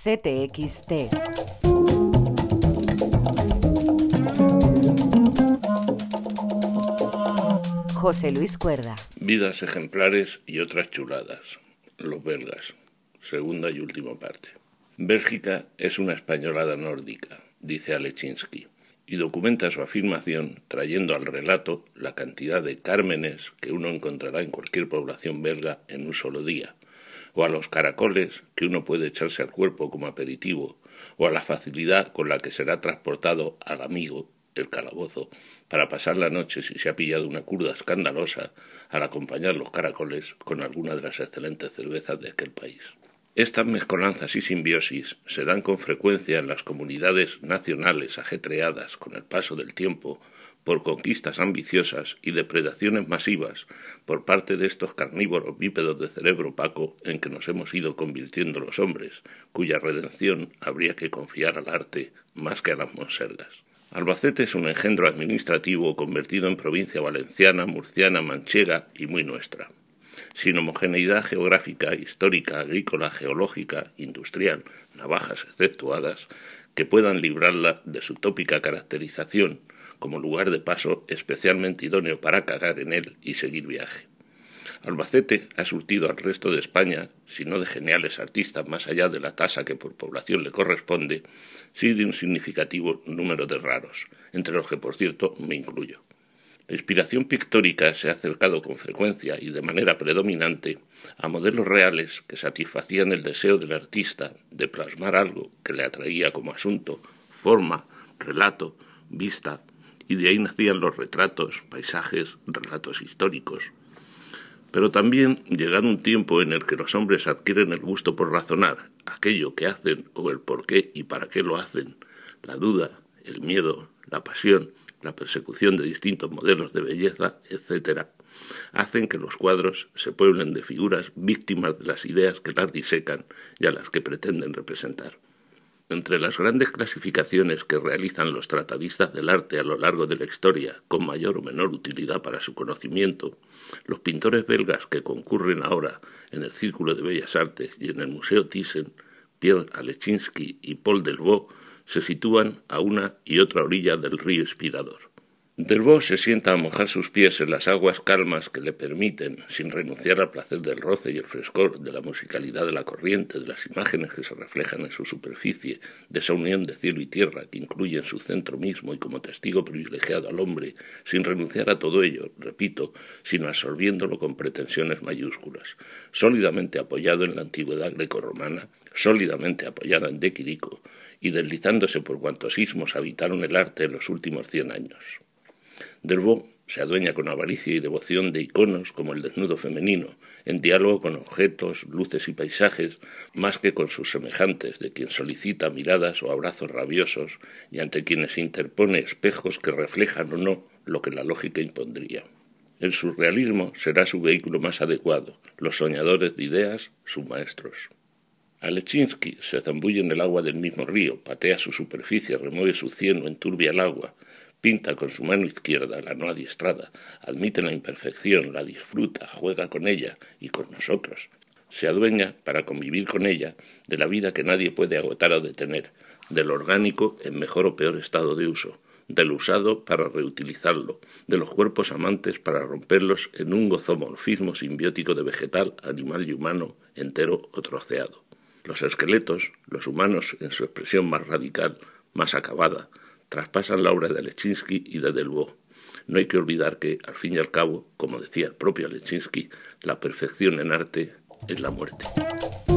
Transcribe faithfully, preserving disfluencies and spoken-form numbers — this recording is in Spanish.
Albacete equis te. José Luis Cuerda. Vidas ejemplares y otras chuladas. Los belgas. Segunda y última parte. Bélgica es una españolada nórdica, dice Alechinsky, y documenta su afirmación trayendo al relato la cantidad de cármenes que uno encontrará en cualquier población belga en un solo día, o a los caracoles que uno puede echarse al cuerpo como aperitivo, o a la facilidad con la que será transportado al amigo, el calabozo, para pasar la noche si se ha pillado una curda escandalosa al acompañar los caracoles con alguna de las excelentes cervezas de aquel país. Estas mezcolanzas y simbiosis se dan con frecuencia en las comunidades nacionales ajetreadas con el paso del tiempo por conquistas ambiciosas y depredaciones masivas por parte de estos carnívoros bípedos de cerebro opaco en que nos hemos ido convirtiendo los hombres, cuya redención habría que confiar al arte más que a las monsergas. Albacete es un engendro administrativo convertido en provincia valenciana, murciana, manchega y muy nuestra, sin homogeneidad geográfica, histórica, agrícola, geológica, industrial, navajas exceptuadas, que puedan librarla de su tópica caracterización como lugar de paso especialmente idóneo para cagar en él y seguir viaje. Albacete ha surtido al resto de España, si no de geniales artistas más allá de la tasa que por población le corresponde, sí de un significativo número de raros, entre los que por cierto me incluyo. La inspiración pictórica se ha acercado con frecuencia y de manera predominante a modelos reales que satisfacían el deseo del artista de plasmar algo que le atraía como asunto, forma, relato, vista, y de ahí nacían los retratos, paisajes, relatos históricos. Pero también, llegado un tiempo en el que los hombres adquieren el gusto por razonar aquello que hacen o el por qué y para qué lo hacen, la duda, el miedo, la pasión, la persecución de distintos modelos de belleza, etcétera, hacen que los cuadros se pueblen de figuras víctimas de las ideas que las disecan y a las que pretenden representar. Entre las grandes clasificaciones que realizan los tratadistas del arte a lo largo de la historia, con mayor o menor utilidad para su conocimiento, los pintores belgas que concurren ahora en el Círculo de Bellas Artes y en el Museo Thyssen, Pierre Alechinsky y Paul Delvaux, se sitúan a una y otra orilla del río inspirador. Delvaux se sienta a mojar sus pies en las aguas calmas que le permiten, sin renunciar al placer del roce y el frescor, de la musicalidad de la corriente, de las imágenes que se reflejan en su superficie, de esa unión de cielo y tierra que incluye en su centro mismo y como testigo privilegiado al hombre, sin renunciar a todo ello, repito, sino absorbiéndolo con pretensiones mayúsculas, sólidamente apoyado en la antigüedad grecorromana, sólidamente apoyada en De Quirico, y deslizándose por cuantos ismos habitaron el arte en los últimos cien años. Delvaux se adueña con avaricia y devoción de iconos como el desnudo femenino, en diálogo con objetos, luces y paisajes, más que con sus semejantes, de quien solicita miradas o abrazos rabiosos y ante quienes se interpone espejos que reflejan o no lo que la lógica impondría. El surrealismo será su vehículo más adecuado, los soñadores de ideas, sus maestros. Alechinsky se zambulle en el agua del mismo río, patea su superficie, remueve su cieno, enturbia el agua, pinta con su mano izquierda, la no adiestrada, admite la imperfección, la disfruta, juega con ella y con nosotros. Se adueña, para convivir con ella, de la vida que nadie puede agotar o detener, del orgánico en mejor o peor estado de uso, del usado para reutilizarlo, de los cuerpos amantes para romperlos en un gozomorfismo simbiótico de vegetal, animal y humano, entero o troceado. Los esqueletos, los humanos en su expresión más radical, más acabada, traspasan la obra de Alechinsky y de Delvaux. No hay que olvidar que, al fin y al cabo, como decía el propio Alechinsky, la perfección en arte es la muerte.